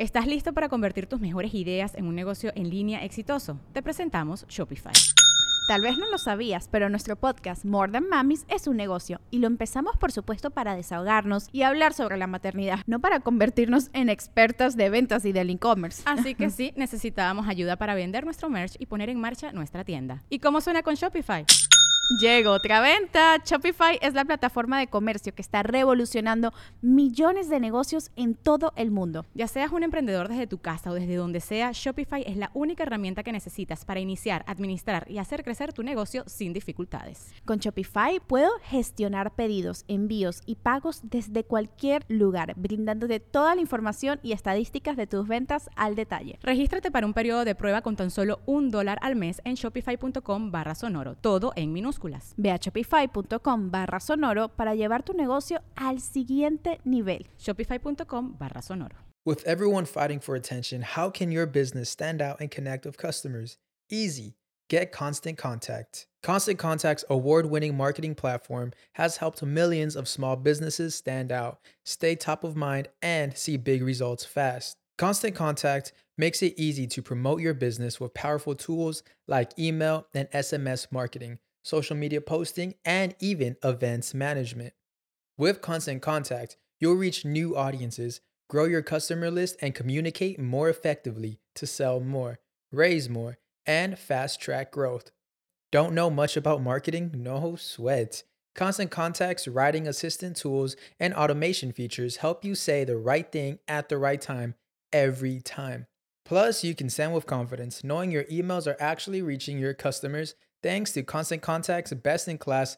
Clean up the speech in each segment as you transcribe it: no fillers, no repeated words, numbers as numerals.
¿Estás listo para convertir tus mejores ideas en un negocio en línea exitoso? Te presentamos Shopify. Tal vez no lo sabías, pero nuestro podcast More Than Mamis es un negocio y lo empezamos por supuesto para desahogarnos y hablar sobre la maternidad, no para convertirnos en expertas de ventas y del e-commerce. Así que sí, necesitábamos ayuda para vender nuestro merch y poner en marcha nuestra tienda. ¿Y cómo suena con Shopify? Llegó otra venta. Shopify es la plataforma de comercio que está revolucionando millones de negocios en todo el mundo. Ya seas un emprendedor desde tu casa o desde donde sea, Shopify es la única herramienta que necesitas para iniciar, administrar y hacer crecer tu negocio sin dificultades. Con Shopify puedo gestionar pedidos, envíos y pagos desde cualquier lugar, brindándote toda la información y estadísticas de tus ventas al detalle. Regístrate para un periodo de prueba con tan solo $1 al mes en shopify.com/sonoro, todo en minúsculas. Ve a shopify.com/sonoro para llevar tu negocio al siguiente nivel. Shopify.com/sonoro. With everyone fighting for attention, how can your business stand out and connect with customers? Easy. Get Constant Contact. Constant Contact's award-winning marketing platform has helped millions of small businesses stand out, stay top of mind, and see big results fast. Constant Contact makes it easy to promote your business with powerful tools like email and SMS marketing, social media posting, and even events management. With Constant Contact, you'll reach new audiences, grow your customer list, and communicate more effectively to sell more, raise more, and fast-track growth. Don't know much about marketing? No sweat. Constant Contact's writing assistant tools and automation features help you say the right thing at the right time every time. Plus, you can send with confidence, knowing your emails are actually reaching your customers thanks to Constant Contact's best-in-class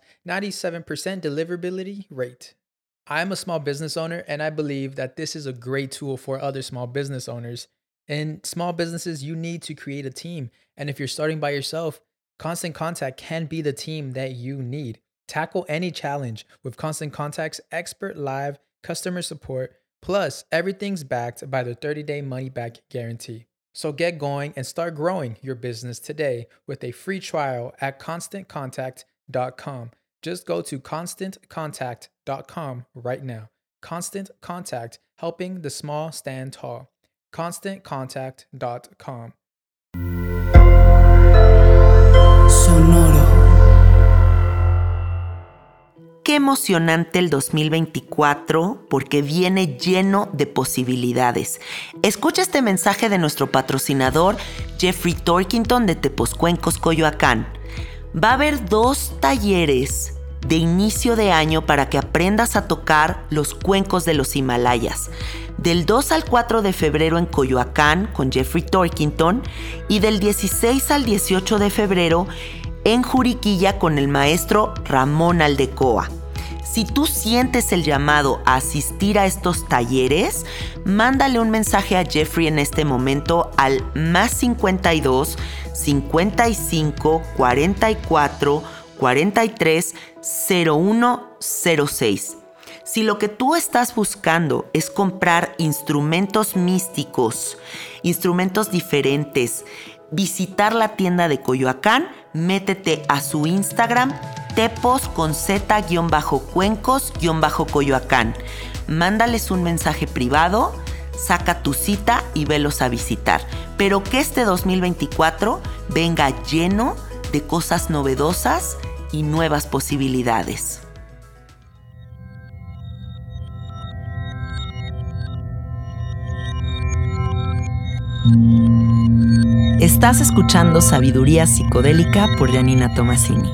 97% deliverability rate. I'm a small business owner, and I believe that this is a great tool for other small business owners. In small businesses, you need to create a team, and if you're starting by yourself, Constant Contact can be the team that you need. Tackle any challenge with Constant Contact's expert live customer support, plus everything's backed by the 30-day money-back guarantee. So get going and start growing your business today with a free trial at ConstantContact.com. Just go to ConstantContact.com right now. Constant Contact, helping the small stand tall. ConstantContact.com. Sonoro. Qué emocionante el 2024 porque viene lleno de posibilidades. Escucha este mensaje de nuestro patrocinador Jeffrey Torkington de Tepozcuencos, Coyoacán. Va a haber 2 talleres de inicio de año para que aprendas a tocar los cuencos de los Himalayas. Del 2 al 4 de febrero en Coyoacán con Jeffrey Torkington y del 16 al 18 de febrero en Juriquilla con el maestro Ramón Aldecoa. Si tú sientes el llamado a asistir a estos talleres, mándale un mensaje a Jeffrey en este momento al +52 55 44 43 0106. Si lo que tú estás buscando es comprar instrumentos místicos, instrumentos diferentes, visitar la tienda de Coyoacán, métete a su Instagram, tepos_cuencos_coyoacán. Mándales un mensaje privado, saca tu cita y velos a visitar. Pero que este 2024 venga lleno de cosas novedosas y nuevas posibilidades. Estás escuchando Sabiduría Psicodélica por Janina Tomasini.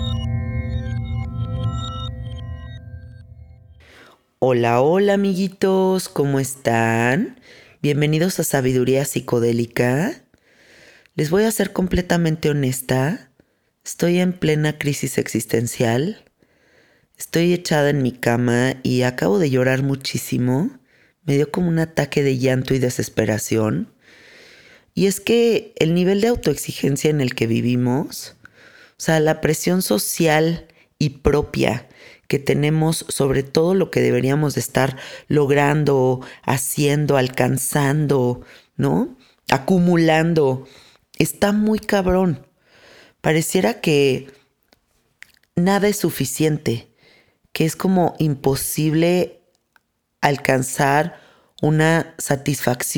Hola, hola amiguitos, ¿cómo están? Bienvenidos a Sabiduría Psicodélica. Les voy a ser completamente honesta. Estoy en plena crisis existencial. Estoy echada en mi cama y acabo de llorar muchísimo. Me dio como un ataque de llanto y desesperación. Y es que el nivel de autoexigencia en el que vivimos, o sea, la presión social y propia que tenemos sobre todo lo que deberíamos de estar logrando, haciendo, alcanzando, ¿no? Acumulando, está muy cabrón. Pareciera que nada es suficiente, que es como imposible alcanzar una satisfacción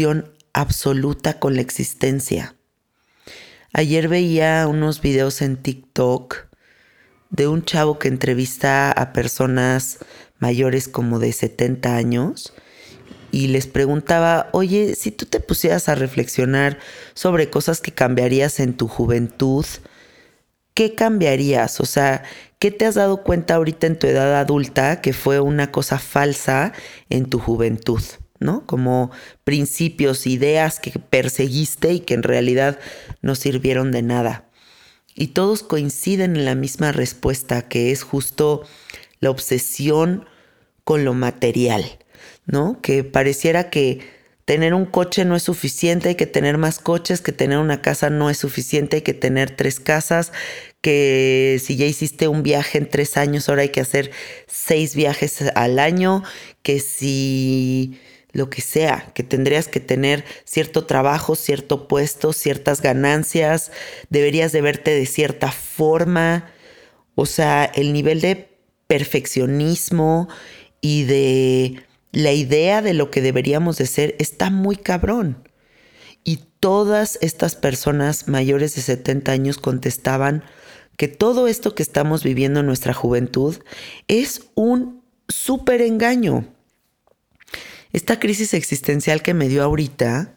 absoluta con la existencia. Ayer veía unos videos en TikTok de un chavo que entrevista a personas mayores como de 70 años y les preguntaba, oye, si tú te pusieras a reflexionar sobre cosas que cambiarías en tu juventud, ¿qué cambiarías? O sea, ¿qué te has dado cuenta ahorita en tu edad adulta que fue una cosa falsa en tu juventud? ¿No? Como principios, ideas que perseguiste y que en realidad no sirvieron de nada. Y todos coinciden en la misma respuesta, que es justo la obsesión con lo material, ¿no? Que pareciera que tener un coche no es suficiente, hay que tener más coches, que tener una casa no es suficiente, hay que tener 3 casas, que si ya hiciste un viaje en 3 años, ahora hay que hacer 6 viajes al año, que si lo que sea, que tendrías que tener cierto trabajo, cierto puesto, ciertas ganancias, deberías de verte de cierta forma. O sea, el nivel de perfeccionismo y de la idea de lo que deberíamos de ser está muy cabrón. Y todas estas personas mayores de 70 años contestaban que todo esto que estamos viviendo en nuestra juventud es un súper engaño. Esta crisis existencial que me dio ahorita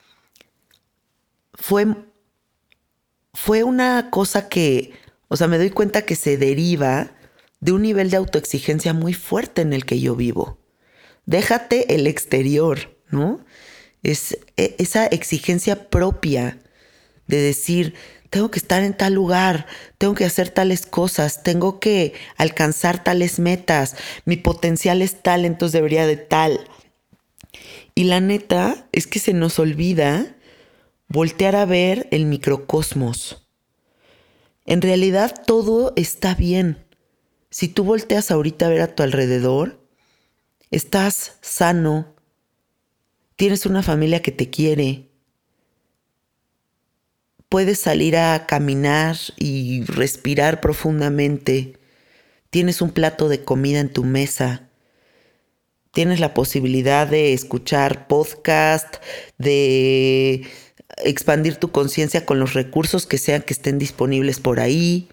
fue una cosa que, o sea, me doy cuenta que se deriva de un nivel de autoexigencia muy fuerte en el que yo vivo. Déjate el exterior, ¿no? Es esa exigencia propia de decir, tengo que estar en tal lugar, tengo que hacer tales cosas, tengo que alcanzar tales metas, mi potencial es tal, entonces debería de tal. Y la neta es que se nos olvida voltear a ver el microcosmos. En realidad todo está bien. Si tú volteas ahorita a ver a tu alrededor, estás sano, tienes una familia que te quiere, puedes salir a caminar y respirar profundamente, tienes un plato de comida en tu mesa, tienes la posibilidad de escuchar podcast, de expandir tu conciencia con los recursos que sean que estén disponibles por ahí.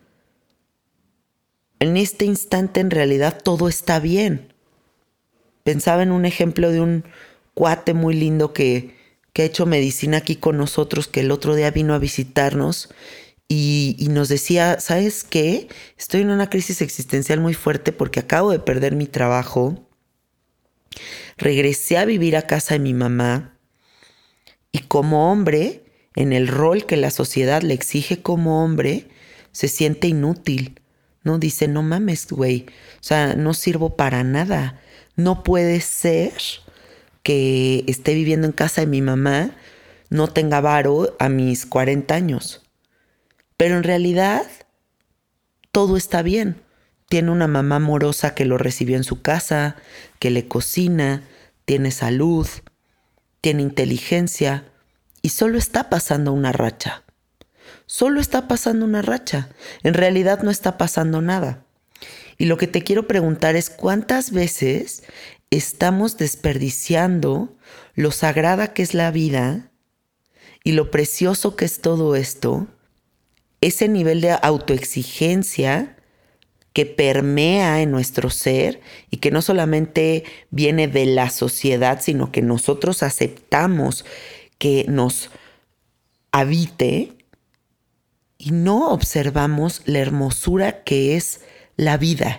En este instante, en realidad, todo está bien. Pensaba en un ejemplo de un cuate muy lindo que ha hecho medicina aquí con nosotros, que el otro día vino a visitarnos y nos decía, ¿sabes qué? Estoy en una crisis existencial muy fuerte porque acabo de perder mi trabajo. Regresé a vivir a casa de mi mamá y como hombre, en el rol que la sociedad le exige como hombre, se siente inútil, ¿no? Dice, no mames, güey, o sea, no sirvo para nada. No puede ser que esté viviendo en casa de mi mamá, no tenga varo a mis 40 años. Pero en realidad, todo está bien. Tiene una mamá amorosa que lo recibió en su casa, que le cocina, tiene salud, tiene inteligencia y solo está pasando una racha. Solo está pasando una racha. En realidad no está pasando nada. Y lo que te quiero preguntar es ¿cuántas veces estamos desperdiciando lo sagrada que es la vida y lo precioso que es todo esto? Ese nivel de autoexigencia que permea en nuestro ser y que no solamente viene de la sociedad, sino que nosotros aceptamos que nos habite y no observamos la hermosura que es la vida.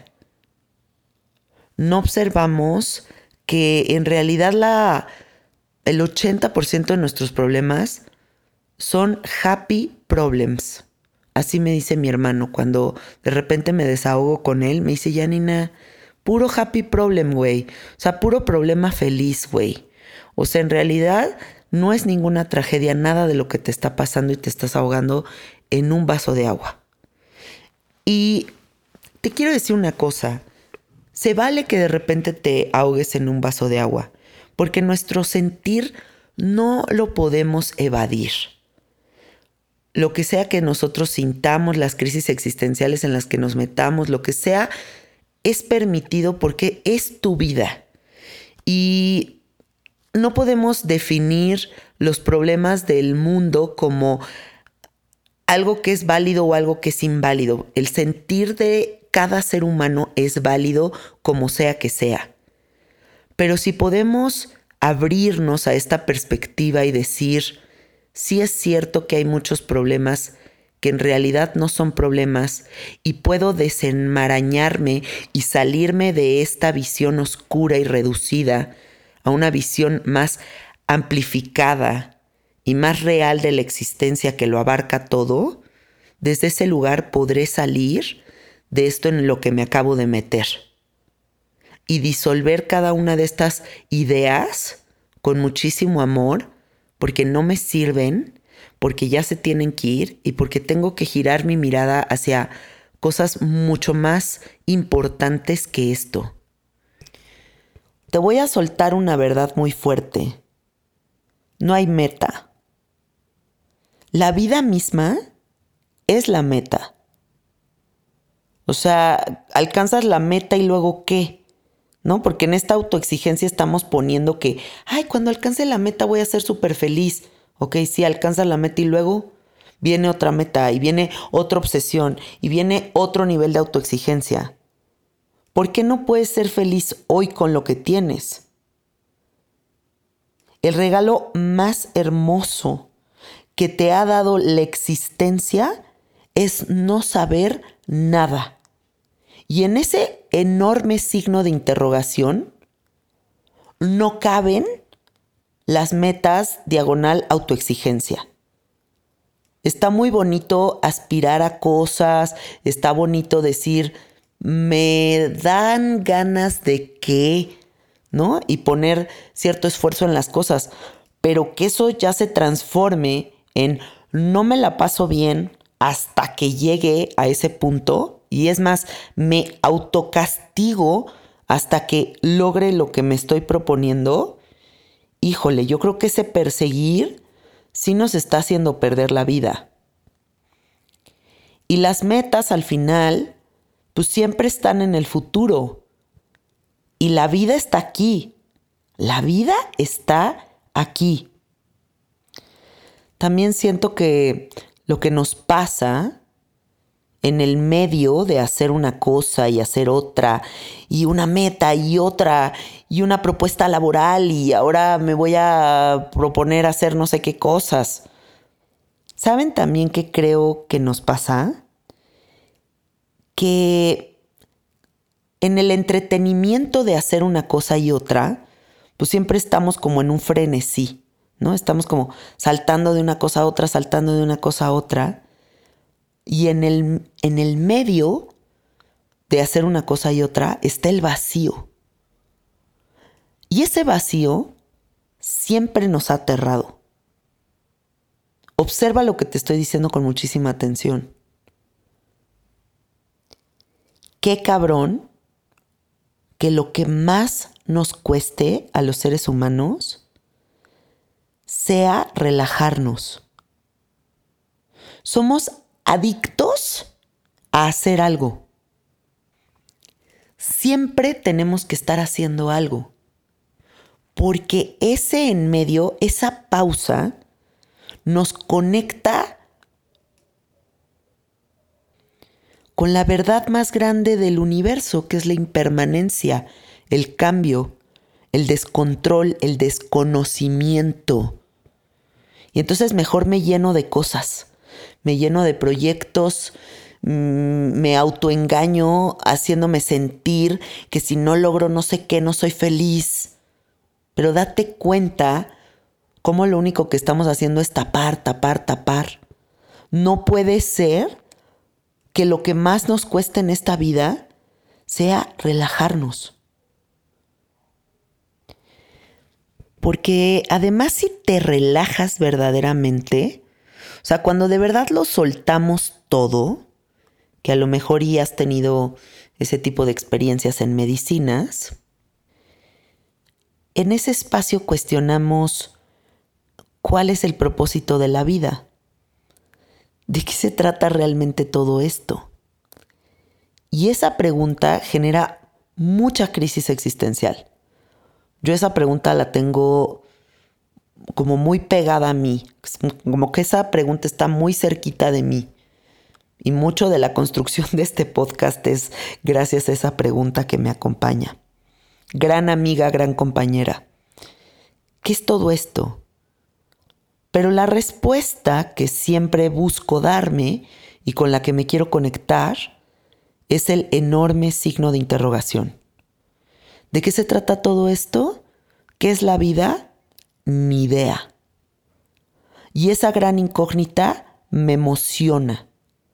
No observamos que en realidad el 80% de nuestros problemas son happy problems. Así me dice mi hermano cuando de repente me desahogo con él. Me dice, Janina, puro happy problem, güey. O sea, puro problema feliz, güey. O sea, en realidad no es ninguna tragedia, nada de lo que te está pasando y te estás ahogando en un vaso de agua. Y te quiero decir una cosa. Se vale que de repente te ahogues en un vaso de agua, porque nuestro sentir no lo podemos evadir. Lo que sea que nosotros sintamos, las crisis existenciales en las que nos metamos, lo que sea, es permitido porque es tu vida. Y no podemos definir los problemas del mundo como algo que es válido o algo que es inválido. El sentir de cada ser humano es válido como sea que sea. Pero si podemos abrirnos a esta perspectiva y decir, sí es cierto que hay muchos problemas que en realidad no son problemas y puedo desenmarañarme y salirme de esta visión oscura y reducida a una visión más amplificada y más real de la existencia que lo abarca todo, desde ese lugar podré salir de esto en lo que me acabo de meter y disolver cada una de estas ideas con muchísimo amor, porque no me sirven, porque ya se tienen que ir y porque tengo que girar mi mirada hacia cosas mucho más importantes que esto. Te voy a soltar una verdad muy fuerte. No hay meta. La vida misma es la meta. O sea, alcanzas la meta y luego ¿qué? ¿No? Porque en esta autoexigencia estamos poniendo que, cuando alcance la meta voy a ser súper feliz. Ok, sí, alcanzas la meta y luego viene otra meta y viene otra obsesión y viene otro nivel de autoexigencia. ¿Por qué no puedes ser feliz hoy con lo que tienes? El regalo más hermoso que te ha dado la existencia es no saber nada. Y en ese enorme signo de interrogación no caben las metas diagonal autoexigencia. Está muy bonito aspirar a cosas, está bonito decir, me dan ganas de que, ¿no? Y poner cierto esfuerzo en las cosas, pero que eso ya se transforme en no me la paso bien hasta que llegue a ese punto. Y es más, me autocastigo hasta que logre lo que me estoy proponiendo. Híjole, yo creo que ese perseguir sí nos está haciendo perder la vida. Y las metas al final, pues siempre están en el futuro. Y la vida está aquí. La vida está aquí. También siento que lo que nos pasa en el medio de hacer una cosa y hacer otra, y una meta y otra, y una propuesta laboral, y ahora me voy a proponer hacer no sé qué cosas. ¿Saben también qué creo que nos pasa? Que en el entretenimiento de hacer una cosa y otra, pues siempre estamos como en un frenesí, ¿no? Estamos como saltando de una cosa a otra, saltando de una cosa a otra. Y en el medio de hacer una cosa y otra está el vacío. Y ese vacío siempre nos ha aterrado. Observa lo que te estoy diciendo con muchísima atención. Qué cabrón que lo que más nos cueste a los seres humanos sea relajarnos. Somos adictos a hacer algo. Siempre tenemos que estar haciendo algo. Porque ese en medio, esa pausa, nos conecta con la verdad más grande del universo, que es la impermanencia, el cambio, el descontrol, el desconocimiento. Y entonces mejor me lleno de cosas. Me lleno de proyectos, me autoengaño haciéndome sentir que si no logro no sé qué, no soy feliz. Pero date cuenta cómo lo único que estamos haciendo es tapar, tapar, tapar. No puede ser que lo que más nos cuesta en esta vida sea relajarnos. Porque además si te relajas verdaderamente, o sea, cuando de verdad lo soltamos todo, que a lo mejor ya has tenido ese tipo de experiencias en medicinas, en ese espacio cuestionamos cuál es el propósito de la vida. ¿De qué se trata realmente todo esto? Y esa pregunta genera mucha crisis existencial. Yo esa pregunta la tengo como muy pegada a mí, como que esa pregunta está muy cerquita de mí. Y mucho de la construcción de este podcast es gracias a esa pregunta que me acompaña. Gran amiga, gran compañera. ¿Qué es todo esto? Pero la respuesta que siempre busco darme y con la que me quiero conectar es el enorme signo de interrogación. ¿De qué se trata todo esto? ¿Qué es la vida? Ni idea. Y esa gran incógnita me emociona.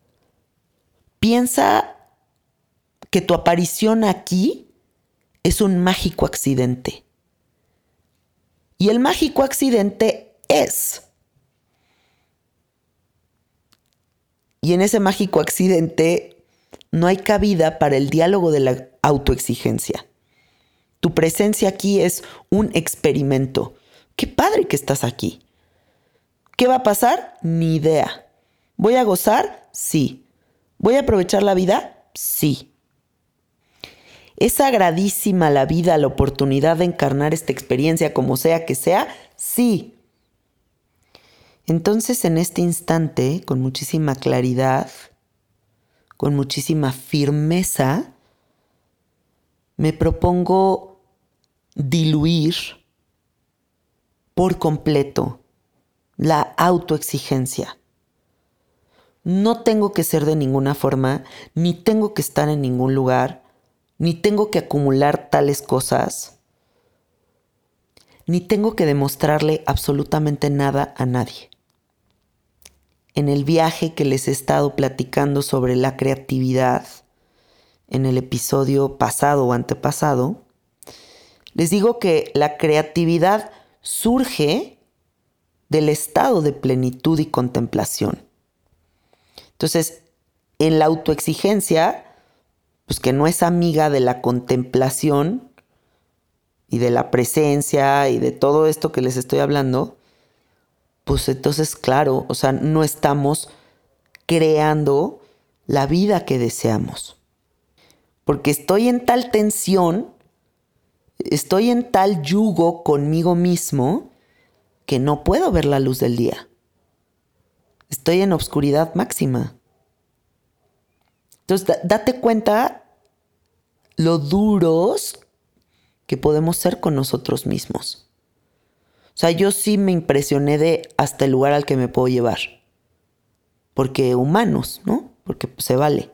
Piensa que tu aparición aquí es un mágico accidente. Y el mágico accidente es. Y en ese mágico accidente no hay cabida para el diálogo de la autoexigencia. Tu presencia aquí es un experimento. ¡Qué padre que estás aquí! ¿Qué va a pasar? Ni idea. ¿Voy a gozar? Sí. ¿Voy a aprovechar la vida? Sí. ¿Es sagradísima la vida, la oportunidad de encarnar esta experiencia como sea que sea? Sí. Entonces, en este instante, con muchísima claridad, con muchísima firmeza, me propongo diluir por completo la autoexigencia. No tengo que ser de ninguna forma, ni tengo que estar en ningún lugar, ni tengo que acumular tales cosas, ni tengo que demostrarle absolutamente nada a nadie. En el viaje que les he estado platicando sobre la creatividad, en el episodio pasado o antepasado, les digo que la creatividad surge del estado de plenitud y contemplación. Entonces, en la autoexigencia, pues que no es amiga de la contemplación y de la presencia y de todo esto que les estoy hablando, pues entonces, claro, o sea, no estamos creando la vida que deseamos. Porque estoy en tal tensión, estoy en tal yugo conmigo mismo que no puedo ver la luz del día. Estoy en obscuridad máxima. Entonces, date cuenta lo duros que podemos ser con nosotros mismos. O sea, yo sí me impresioné de hasta el lugar al que me puedo llevar. Porque humanos, ¿no? Porque pues, se vale.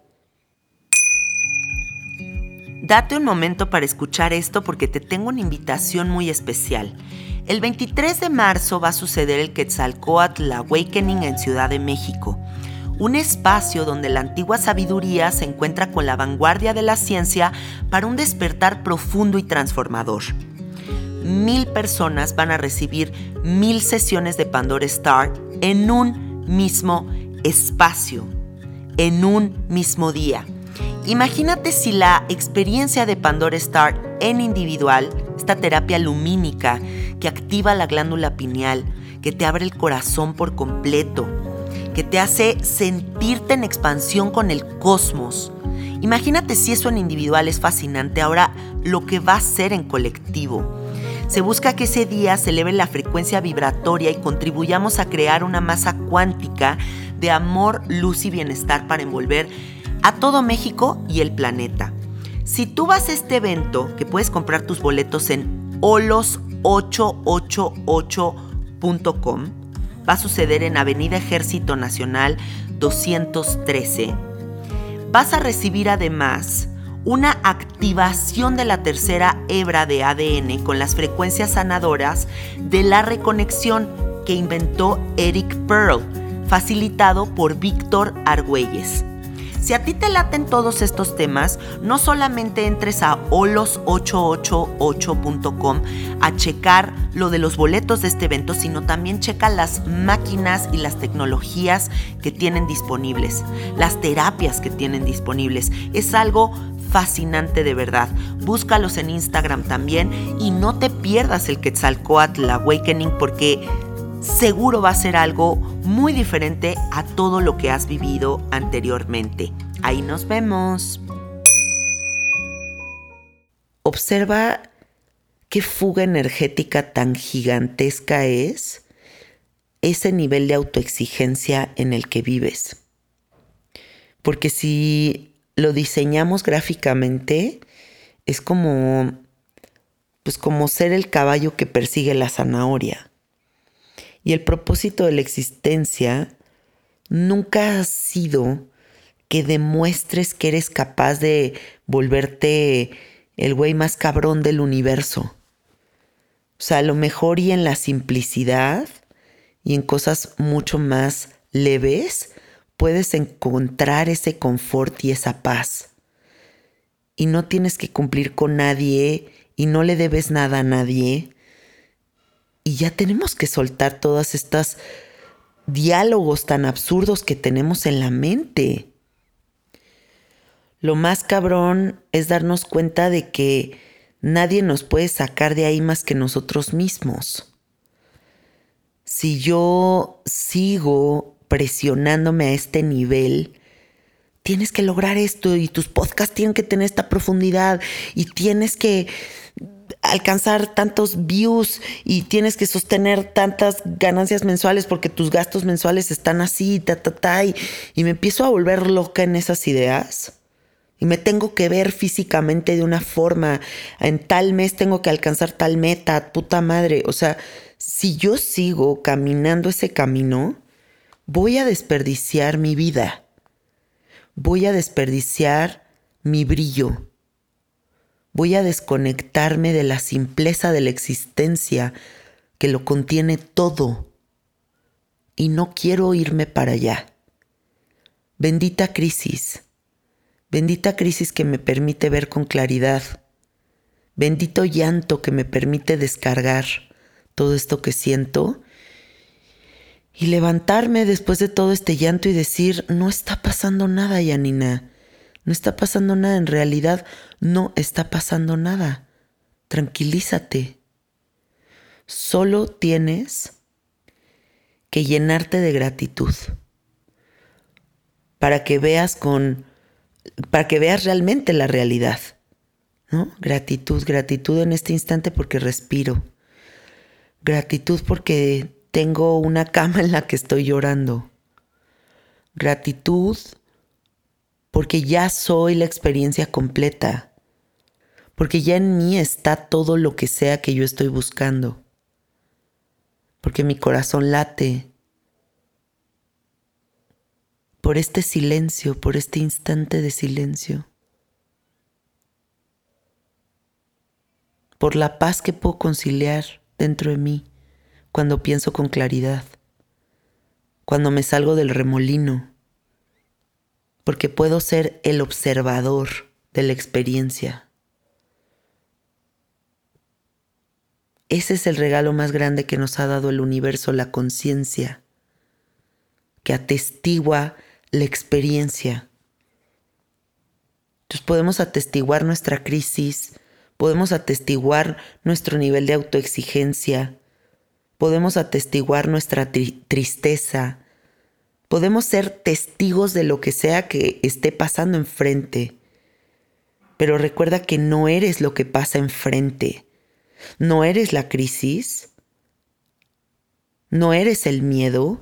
Date un momento para escuchar esto porque te tengo una invitación muy especial. El 23 de marzo va a suceder el Quetzalcóatl Awakening en Ciudad de México. Un espacio donde la antigua sabiduría se encuentra con la vanguardia de la ciencia para un despertar profundo y transformador. 1,000 personas van a recibir 1,000 sesiones de Pandora Star en un mismo espacio, en un mismo día. Imagínate si la experiencia de Pandora Star en individual, esta terapia lumínica que activa la glándula pineal, que te abre el corazón por completo, que te hace sentirte en expansión con el cosmos. Imagínate si eso en individual es fascinante, ahora lo que va a ser en colectivo. Se busca que ese día se eleve la frecuencia vibratoria y contribuyamos a crear una masa cuántica de amor, luz y bienestar para envolver a todo México y el planeta. Si tú vas a este evento, que puedes comprar tus boletos en olos888.com, va a suceder en Avenida Ejército Nacional 213. Vas a recibir además una activación de la tercera hebra de ADN con las frecuencias sanadoras de la reconexión que inventó Eric Pearl, facilitado por Víctor Argüelles. Si a ti te laten todos estos temas, no solamente entres a olos888.com a checar lo de los boletos de este evento, sino también checa las máquinas y las tecnologías que tienen disponibles, las terapias que tienen disponibles. Es algo fascinante de verdad. Búscalos en Instagram también y no te pierdas el Quetzalcóatl Awakening porque seguro va a ser algo muy diferente a todo lo que has vivido anteriormente. Ahí nos vemos. Observa qué fuga energética tan gigantesca es ese nivel de autoexigencia en el que vives. Porque si lo diseñamos gráficamente, es como ser el caballo que persigue la zanahoria. Y el propósito de la existencia nunca ha sido que demuestres que eres capaz de volverte el güey más cabrón del universo. O sea, a lo mejor y en la simplicidad y en cosas mucho más leves puedes encontrar ese confort y esa paz. Y no tienes que cumplir con nadie y no le debes nada a nadie. Y ya tenemos que soltar todos estos diálogos tan absurdos que tenemos en la mente. Lo más cabrón es darnos cuenta de que nadie nos puede sacar de ahí más que nosotros mismos. Si yo sigo presionándome a este nivel, tienes que lograr esto y tus podcasts tienen que tener esta profundidad y tienes que alcanzar tantos views y tienes que sostener tantas ganancias mensuales porque tus gastos mensuales están así, y me empiezo a volver loca en esas ideas. Y me tengo que ver físicamente de una forma. En tal mes tengo que alcanzar tal meta, puta madre. O sea, si yo sigo caminando ese camino, voy a desperdiciar mi vida. Voy a desperdiciar mi brillo. Voy a desconectarme de la simpleza de la existencia que lo contiene todo. Y no quiero irme para allá. Bendita crisis. Bendita crisis que me permite ver con claridad. Bendito llanto que me permite descargar todo esto que siento y levantarme después de todo este llanto y decir, no está pasando nada, Janina. No está pasando nada, en realidad no está pasando nada. Tranquilízate. Solo tienes que llenarte de gratitud para que veas realmente la realidad, ¿no? Gratitud en este instante porque respiro. Gratitud porque tengo una cama en la que estoy llorando. Gratitud porque ya soy la experiencia completa. Porque ya en mí está todo lo que sea que yo estoy buscando. Porque mi corazón late. Por este silencio, por este instante de silencio. Por la paz que puedo conciliar dentro de mí cuando pienso con claridad. Cuando me salgo del remolino. Porque puedo ser el observador de la experiencia. Ese es el regalo más grande que nos ha dado el universo, la conciencia, que atestigua la experiencia. Entonces podemos atestiguar nuestra crisis, podemos atestiguar nuestro nivel de autoexigencia, podemos atestiguar nuestra tristeza, podemos ser testigos de lo que sea que esté pasando enfrente. Pero recuerda que no eres lo que pasa enfrente, no eres la crisis, no eres el miedo.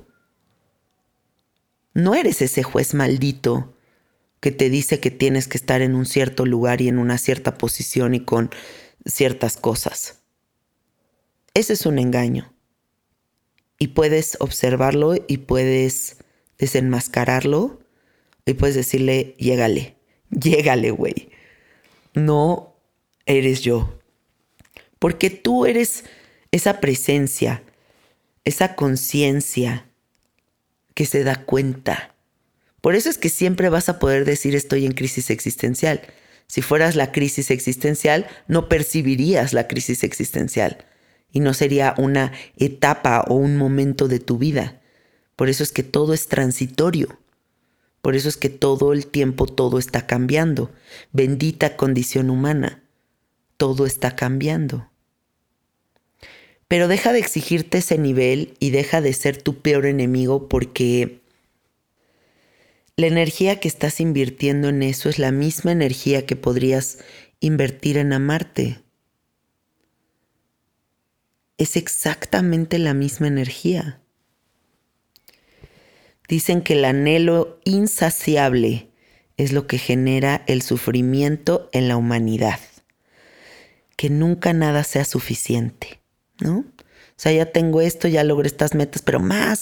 No eres ese juez maldito que te dice que tienes que estar en un cierto lugar y en una cierta posición y con ciertas cosas. Ese es un engaño. Y puedes observarlo y puedes desenmascararlo y puedes decirle, llégale, güey. No eres yo. Porque tú eres esa presencia, esa conciencia que se da cuenta. Por eso es que siempre vas a poder decir estoy en crisis existencial. Si fueras la crisis existencial, no percibirías la crisis existencial y no sería una etapa o un momento de tu vida. Por eso es que todo es transitorio. Por eso es que todo el tiempo todo está cambiando. Bendita condición humana. Todo está cambiando. Pero deja de exigirte ese nivel y deja de ser tu peor enemigo porque la energía que estás invirtiendo en eso es la misma energía que podrías invertir en amarte. es exactamente la misma energía. Dicen que el anhelo insaciable es lo que genera el sufrimiento en la humanidad. Que nunca nada sea suficiente, ¿no? O sea, ya tengo esto, ya logré estas metas, pero más.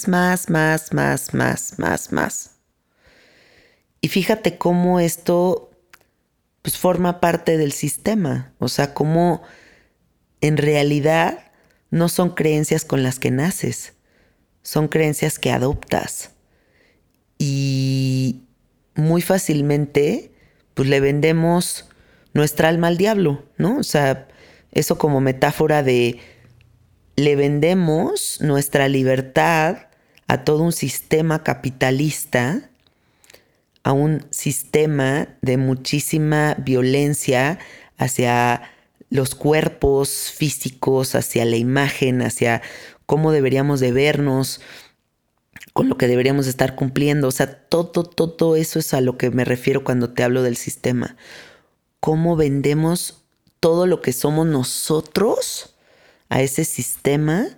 Y fíjate cómo esto pues forma parte del sistema. O sea, cómo en realidad no son creencias con las que naces, son creencias que adoptas. Y muy fácilmente pues le vendemos nuestra alma al diablo, ¿no? O sea, eso como metáfora de le vendemos nuestra libertad a todo un sistema capitalista, a un sistema de muchísima violencia hacia los cuerpos físicos, hacia la imagen, hacia cómo deberíamos de vernos, con lo que deberíamos estar cumpliendo. O sea, todo eso es a lo que me refiero cuando te hablo del sistema. Cómo vendemos todo lo que somos nosotros a ese sistema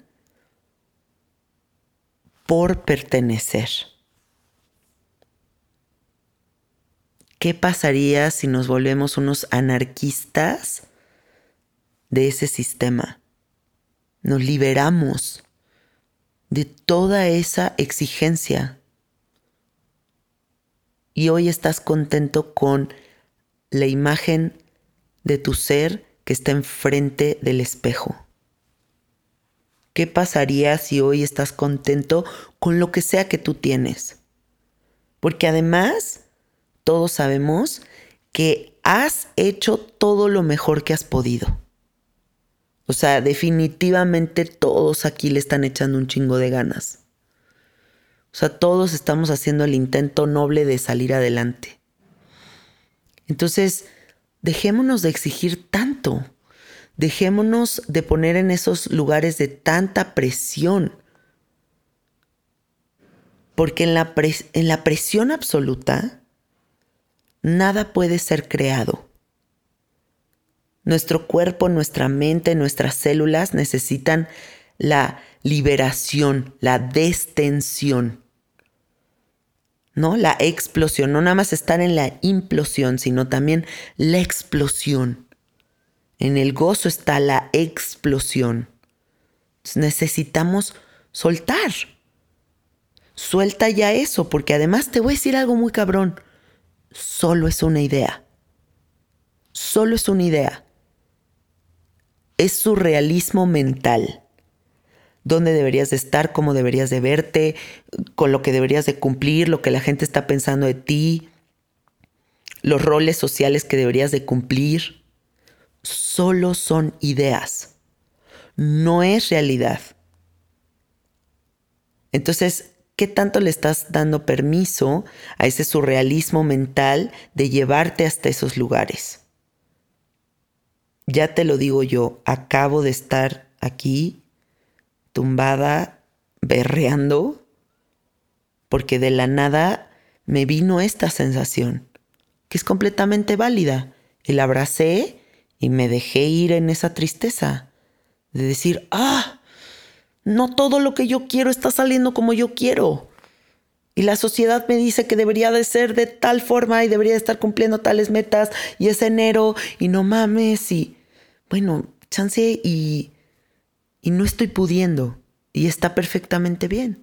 por pertenecer. ¿Qué pasaría si nos volvemos unos anarquistas de ese sistema? Nos liberamos de toda esa exigencia. Y hoy estás contento con la imagen de tu ser que está enfrente del espejo. ¿Qué pasaría si hoy estás contento con lo que sea que tú tienes? Porque además, todos sabemos que has hecho todo lo mejor que has podido. O sea, definitivamente todos aquí le están echando un chingo de ganas. O sea, todos estamos haciendo el intento noble de salir adelante. Entonces, dejémonos de exigir tanto. Dejémonos de poner en esos lugares de tanta presión. Porque en la presión absoluta, nada puede ser creado. Nuestro cuerpo, nuestra mente, nuestras células necesitan la liberación, la destensión, ¿no? La explosión, no nada más estar en la implosión, sino también la explosión. En el gozo está la explosión. Entonces necesitamos soltar. Suelta ya eso, porque además te voy a decir algo muy cabrón. Solo es una idea. Solo es una idea. Es surrealismo mental. Dónde deberías de estar, cómo deberías de verte, con lo que deberías de cumplir, lo que la gente está pensando de ti, los roles sociales que deberías de cumplir. Solo son ideas. No es realidad. Entonces, ¿qué tanto le estás dando permiso a ese surrealismo mental de llevarte hasta esos lugares? Ya te lo digo yo, acabo de estar aquí tumbada, berreando, porque de la nada me vino esta sensación, que es completamente válida. Y la abracé y me dejé ir en esa tristeza, de decir, no todo lo que yo quiero está saliendo como yo quiero. Y la sociedad me dice que debería de ser de tal forma y debería de estar cumpliendo tales metas y es enero y no mames y bueno, chance y no estoy pudiendo y está perfectamente bien.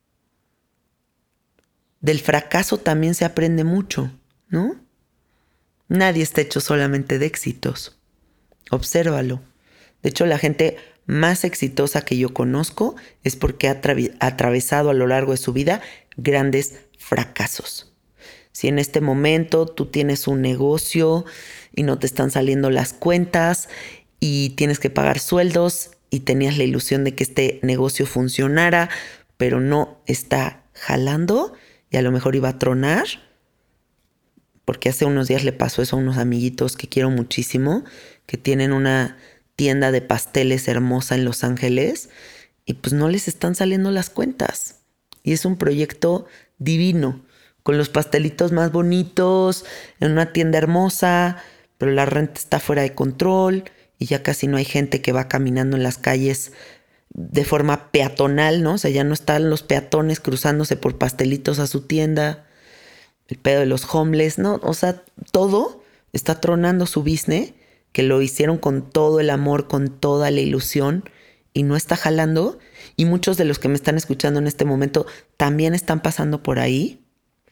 Del fracaso también se aprende mucho, ¿no? Nadie está hecho solamente de éxitos. Obsérvalo. De hecho, la gente más exitosa que yo conozco es porque ha atravesado a lo largo de su vida grandes fracasos. Si en este momento tú tienes un negocio y no te están saliendo las cuentas y tienes que pagar sueldos y tenías la ilusión de que este negocio funcionara, pero no está jalando y a lo mejor iba a tronar, porque hace unos días le pasó eso a unos amiguitos que quiero muchísimo, que tienen una tienda de pasteles hermosa en Los Ángeles y pues no les están saliendo las cuentas. Y es un proyecto divino, con los pastelitos más bonitos, en una tienda hermosa, pero la renta está fuera de control y ya casi no hay gente que va caminando en las calles de forma peatonal, ¿no? O sea, ya no están los peatones cruzándose por pastelitos a su tienda, el pedo de los homeless, ¿no? O sea, todo está tronando su business, que lo hicieron con todo el amor, con toda la ilusión, y no está jalando. Y muchos de los que me están escuchando en este momento también están pasando por ahí.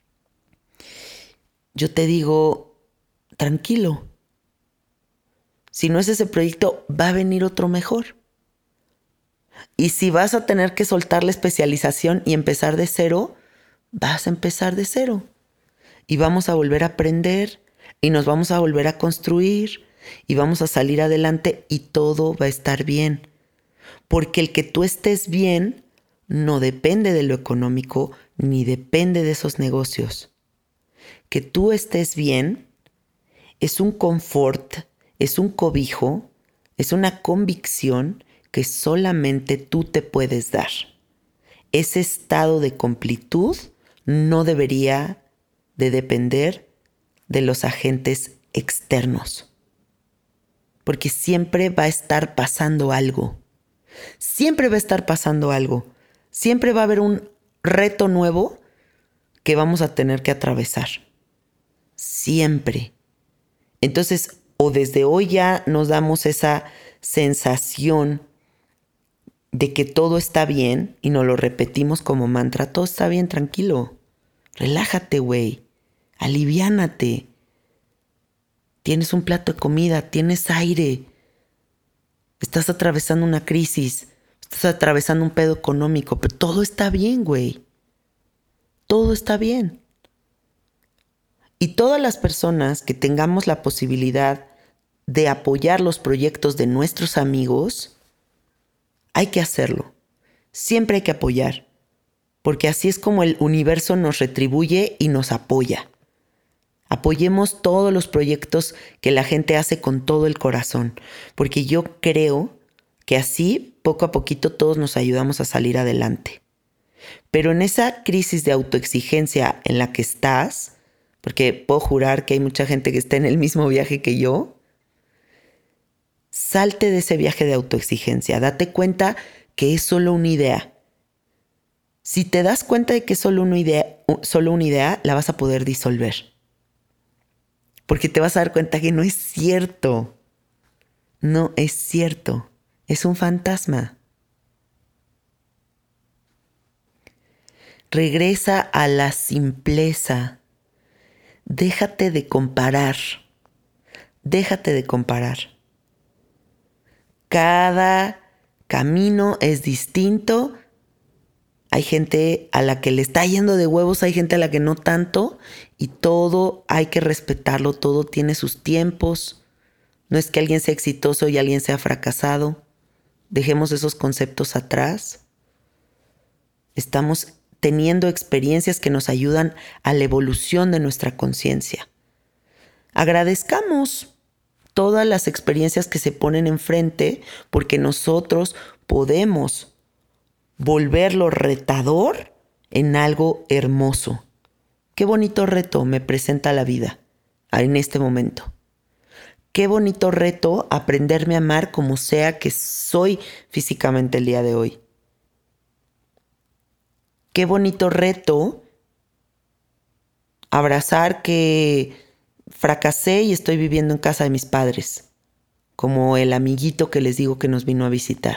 Yo te digo, tranquilo. Si no es ese proyecto, va a venir otro mejor. Y si vas a tener que soltar la especialización y empezar de cero, vas a empezar de cero. Y vamos a volver a aprender y nos vamos a volver a construir y vamos a salir adelante y todo va a estar bien. Porque el que tú estés bien no depende de lo económico ni depende de esos negocios. Que tú estés bien es un confort, es un cobijo, es una convicción que solamente tú te puedes dar. Ese estado de completud no debería de depender de los agentes externos. Porque siempre va a estar pasando algo. Siempre va a estar pasando algo. Siempre va a haber un reto nuevo que vamos a tener que atravesar. Siempre. Entonces, o desde hoy ya nos damos esa sensación de que todo está bien y nos lo repetimos como mantra, todo está bien, tranquilo. Relájate, güey. Aliviánate. Tienes un plato de comida, tienes aire. Estás atravesando una crisis, estás atravesando un pedo económico, pero todo está bien, güey. Todo está bien. Y todas las personas que tengamos la posibilidad de apoyar los proyectos de nuestros amigos, hay que hacerlo. Siempre hay que apoyar, porque así es como el universo nos retribuye y nos apoya. Apoyemos todos los proyectos que la gente hace con todo el corazón, porque yo creo que así, poco a poquito, todos nos ayudamos a salir adelante. Pero en esa crisis de autoexigencia en la que estás, porque puedo jurar que hay mucha gente que está en el mismo viaje que yo, salte de ese viaje de autoexigencia. Date cuenta que es solo una idea. Si te das cuenta de que es solo una idea, la vas a poder disolver. Porque te vas a dar cuenta que no es cierto. No es cierto. Es un fantasma. Regresa a la simpleza. Déjate de comparar. Déjate de comparar. Cada camino es distinto. Hay gente a la que le está yendo de huevos, hay gente a la que no tanto, y todo hay que respetarlo, todo tiene sus tiempos. No es que alguien sea exitoso y alguien sea fracasado. Dejemos esos conceptos atrás. Estamos teniendo experiencias que nos ayudan a la evolución de nuestra conciencia. Agradezcamos todas las experiencias que se ponen enfrente, porque nosotros podemos volverlo retador en algo hermoso. Qué bonito reto me presenta la vida en este momento. Qué bonito reto aprenderme a amar como sea que soy físicamente el día de hoy. Qué bonito reto abrazar que fracasé y estoy viviendo en casa de mis padres, como el amiguito que les digo que nos vino a visitar.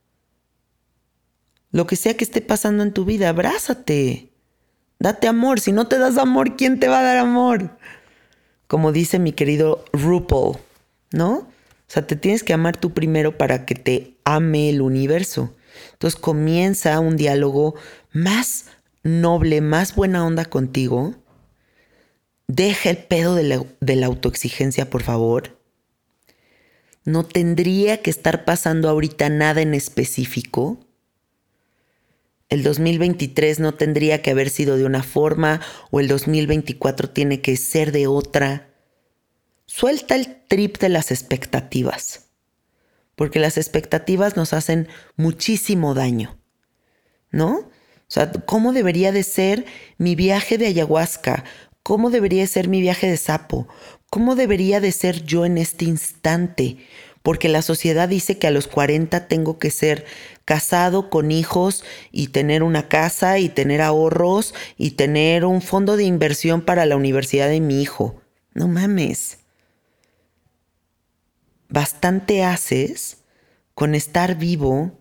Lo que sea que esté pasando en tu vida, abrázate. Date amor. Si no te das amor, ¿quién te va a dar amor? Como dice mi querido RuPaul, ¿no? O sea, te tienes que amar tú primero para que te ame el universo. Entonces comienza un diálogo más noble, más buena onda contigo. Deja el pedo de la autoexigencia, por favor. No tendría que estar pasando ahorita nada en específico. El 2023 no tendría que haber sido de una forma o el 2024 tiene que ser de otra. Suelta el trip de las expectativas, porque las expectativas nos hacen muchísimo daño, ¿no? O sea, ¿cómo debería de ser mi viaje de ayahuasca? ¿Cómo debería de ser mi viaje de sapo? ¿Cómo debería de ser yo en este instante? porque la sociedad dice que a los 40 tengo que ser casado con hijos y tener una casa y tener ahorros y tener un fondo de inversión para la universidad de mi hijo. No mames. Bastante haces con estar vivo,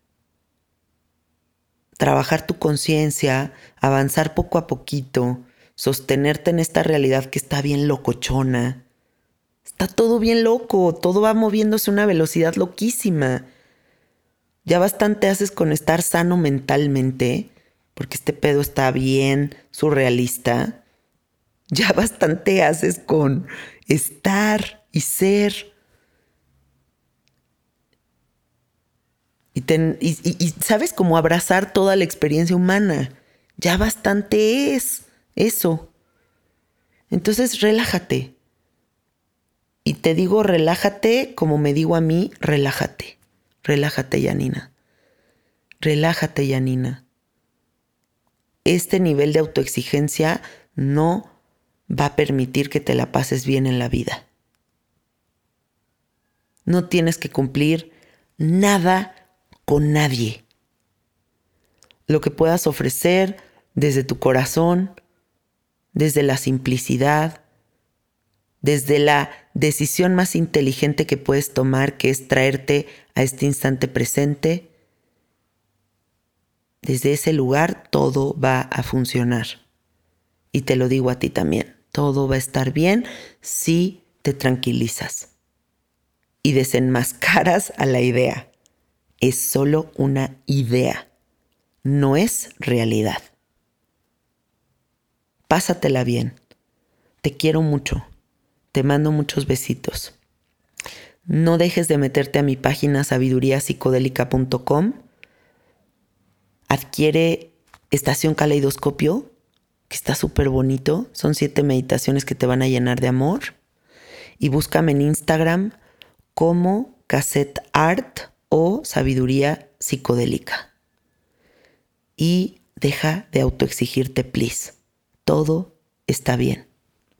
trabajar tu conciencia, avanzar poco a poquito, sostenerte en esta realidad que está bien locochona. Está todo bien loco, todo va moviéndose a una velocidad loquísima. Ya bastante haces con estar sano mentalmente, porque este pedo está bien surrealista. Ya bastante haces con estar y ser. Y sabes, cómo abrazar toda la experiencia humana. Ya bastante es eso. Entonces relájate. Y te digo relájate como me digo a mí, relájate. Relájate, Janina. Relájate, Janina. Este nivel de autoexigencia no va a permitir que te la pases bien en la vida. No tienes que cumplir nada con nadie. Lo que puedas ofrecer desde tu corazón, desde la simplicidad, desde la decisión más inteligente que puedes tomar, que es traerte a este instante presente, desde ese lugar todo va a funcionar. Y te lo digo a ti también, todo va a estar bien si te tranquilizas y desenmascaras a la idea. Es solo una idea, no es realidad. Pásatela bien. Te quiero mucho. Te mando muchos besitos. No dejes de meterte a mi página sabiduriapsicodélica.com. Adquiere Estación Caleidoscopio, que está súper bonito. Son 7 meditaciones que te van a llenar de amor. Y búscame en Instagram como Cassette Art o Sabiduría Psicodélica. Y deja de autoexigirte, please. Todo está bien.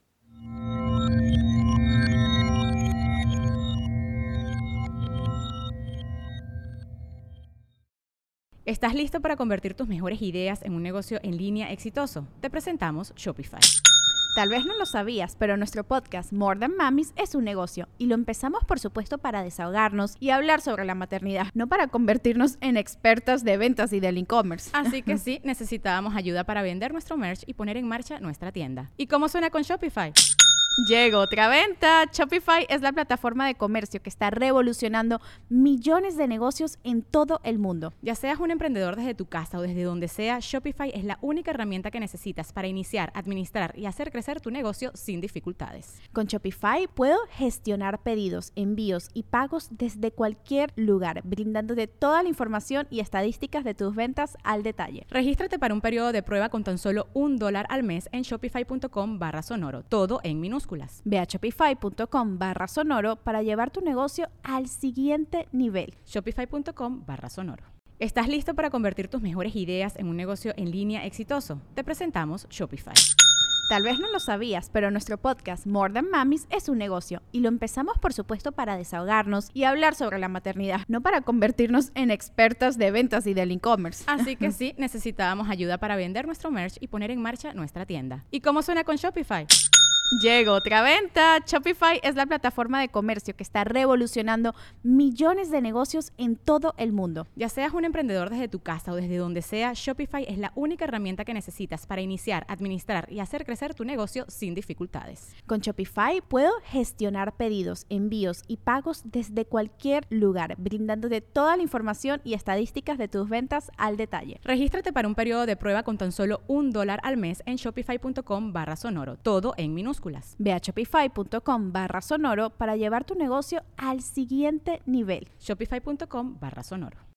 ¿Estás listo para convertir tus mejores ideas en un negocio en línea exitoso? Te presentamos Shopify. Tal vez no lo sabías, pero nuestro podcast More Than Mamis es un negocio y lo empezamos por supuesto para desahogarnos y hablar sobre la maternidad, no para convertirnos en expertas de ventas y del e-commerce. Así que sí, necesitábamos ayuda para vender nuestro merch y poner en marcha nuestra tienda. ¿Y cómo suena con Shopify? Llega otra venta. Shopify es la plataforma de comercio que está revolucionando millones de negocios en todo el mundo. Ya seas un emprendedor desde tu casa o desde donde sea, Shopify es la única herramienta que necesitas para iniciar, administrar y hacer crecer tu negocio sin dificultades. Con Shopify puedo gestionar pedidos, envíos y pagos desde cualquier lugar, brindándote toda la información y estadísticas de tus ventas al detalle. Regístrate para un periodo de prueba con tan solo $1 al mes en shopify.com/sonoro, todo en minúsculas. Ve a shopify.com/sonoro para llevar tu negocio al siguiente nivel. Shopify.com/sonoro. ¿Estás listo para convertir tus mejores ideas en un negocio en línea exitoso? Te presentamos Shopify. Tal vez no lo sabías, pero nuestro podcast More Than Mamis es un negocio y lo empezamos por supuesto para desahogarnos y hablar sobre la maternidad, no para convertirnos en expertas de ventas y del e-commerce. Así que sí, necesitábamos ayuda para vender nuestro merch y poner en marcha nuestra tienda. ¿Y cómo suena con Shopify? Llega otra venta. Shopify es la plataforma de comercio que está revolucionando millones de negocios en todo el mundo. Ya seas un emprendedor desde tu casa o desde donde sea, Shopify es la única herramienta que necesitas para iniciar, administrar y hacer crecer tu negocio sin dificultades. Con Shopify puedo gestionar pedidos, envíos y pagos desde cualquier lugar, brindándote toda la información y estadísticas de tus ventas al detalle. Regístrate para un periodo de prueba con tan solo $1 al mes en shopify.com/sonoro, todo en minúsculas. Ve a shopify.com/sonoro para llevar tu negocio al siguiente nivel. Shopify.com/sonoro.